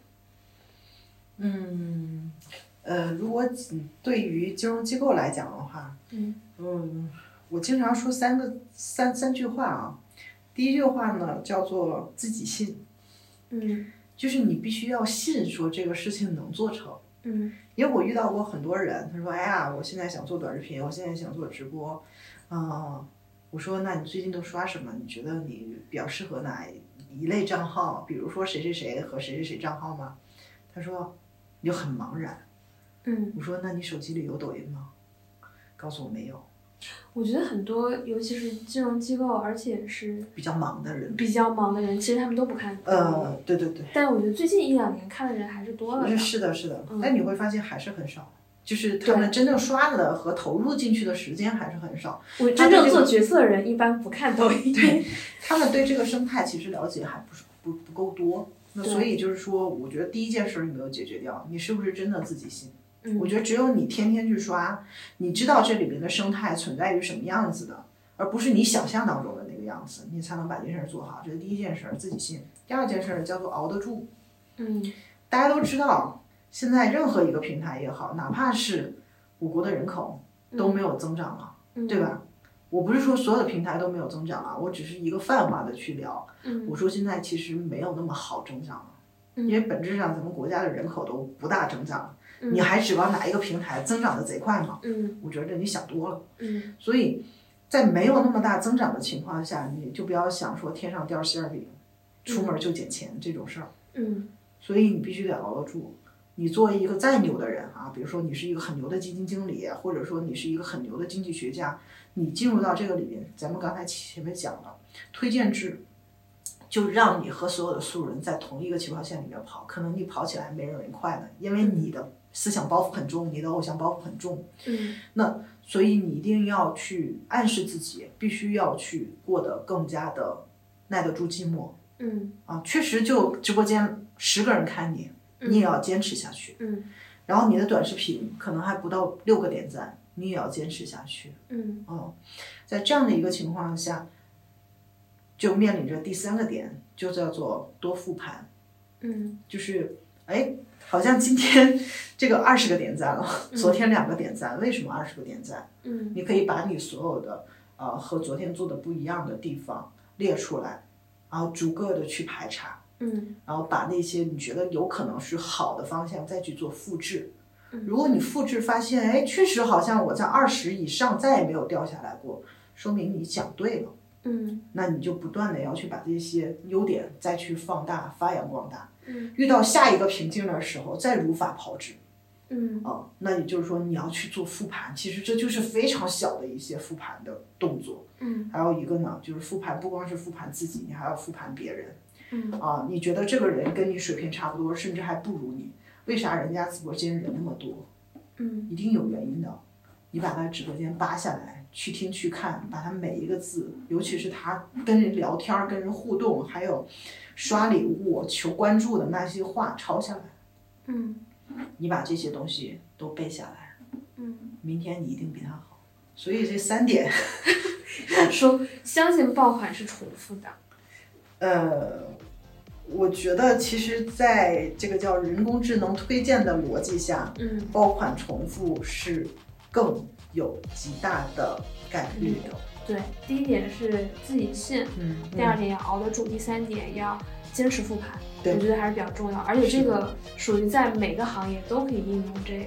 嗯，呃，如果对于金融机构来讲的话， 嗯嗯，我经常说三个三三句话啊。第一句话呢叫做自己信， 嗯， 就是你必须要信说这个事情能做成。 嗯， 因为我遇到过很多人，他说：“哎呀，我现在想做短视频，我现在想做直播。”嗯，我说：“那你最近都刷什么？你觉得你比较适合哪一类账号？比如说谁谁谁和谁谁谁账号吗？”他说。你就很茫然， 嗯， 我说那你手机里有抖音吗？告诉我没有。 我觉得很多，尤其是金融机构，而且是比较忙的人， 比较忙的人，其实他们都不看。 呃，对对对。 但我觉得最近一两年看的人还是多了的。 是的，是的， 嗯、 但你会发现还是很少，就是他们真正刷的和投入进去的时间还是很少。 我真正做决策的人一般不看抖音。 对，他们对这个生态其实了解还不是不不够多。那所以就是说，我觉得第一件事你没有解决掉，你是不是真的自己信？ 嗯， 我觉得只有你天天去刷，你知道这里面的生态存在于什么样子的，而不是你想象当中的那个样子，你才能把这件事做好。这是第一件事，自己信。第二件事叫做熬得住。 嗯， 大家都知道，现在任何一个平台也好，哪怕是我国的人口都没有增长了， 嗯、 对吧？我不是说所有的平台都没有增长啊，我只是一个泛化的去聊。 嗯， 我说现在其实没有那么好增长了， 嗯、 因为本质上咱们国家的人口都不大增长， 嗯、 你还指望哪一个平台增长的贼快吗？ 嗯， 我觉得你想多了。 嗯， 所以在没有那么大增长的情况下，你就不要想说天上掉馅儿饼，出门就捡钱这种事儿。 嗯， 所以你必须得熬得住。你作为一个再牛的人啊，比如说你是一个很牛的基金经理，或者说你是一个很牛的经济学家，你进入到这个里面，咱们刚才前面讲了，推荐制就让你和所有的素人在同一个起跑线里面跑，可能你跑起来没有人快的，因为你的思想包袱很重，你的偶像包袱很重。 嗯， 那所以你一定要去暗示自己，必须要去过得更加的耐得住寂寞。 嗯， 啊，确实就直播间十个人看你。你也要坚持下去， 嗯， 然后你的短视频可能还不到六个点赞，你也要坚持下去， 嗯， 哦，在这样的一个情况下，就面临着第三个点，就叫做多复盘， 嗯， 就是哎，好像今天这个二十个点赞了， 嗯、 昨天两个点赞，为什么二十个点赞？ 嗯， 你可以把你所有的呃和昨天做的不一样的地方列出来，然后逐个的去排查。 嗯， 然后把那些你觉得有可能是好的方向再去做复制。 嗯， 如果你复制发现，哎，确实好像我在二十以上再也没有掉下来过，说明你讲对了。 嗯， 那你就不断的要去把这些优点再去放大、发扬光大。 嗯， 遇到下一个瓶颈的时候，再如法炮制。 嗯， 啊，那也就是说你要去做复盘，其实这就是非常小的一些复盘的动作。 嗯， 还有一个呢，就是复盘不光是复盘自己，你还要复盘别人。 嗯， 啊，你觉得这个人跟你水平差不多，甚至还不如你，为啥人家直播间人那么多？ 嗯， 一定有原因的。你把他直播间扒下来，去听去看，把他每一个字，尤其是他跟人聊天、跟人互动，还有刷礼物、求关注的那些话抄下来。 嗯， 你把这些东西都背下来。 嗯， 明天你一定比他好。所以这三点， 说相信爆款是重复的。 呃，我觉得其实在这个叫人工智能推荐的逻辑下， 嗯， 爆款重复是更有极大的概率的。 对，第一点是自己信， 嗯， 第二点要熬得住，第三点要坚持复盘， 对， 我觉得还是比较重要。而且这个属于在每个行业都可以应用这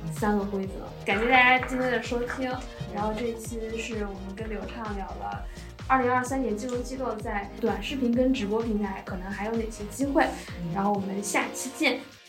三个规则。感谢大家今天的收听，然后这一期是我们跟刘畅聊了二零二三年金融机构在短视频跟直播平台可能还有哪些机会，然后我们下期见。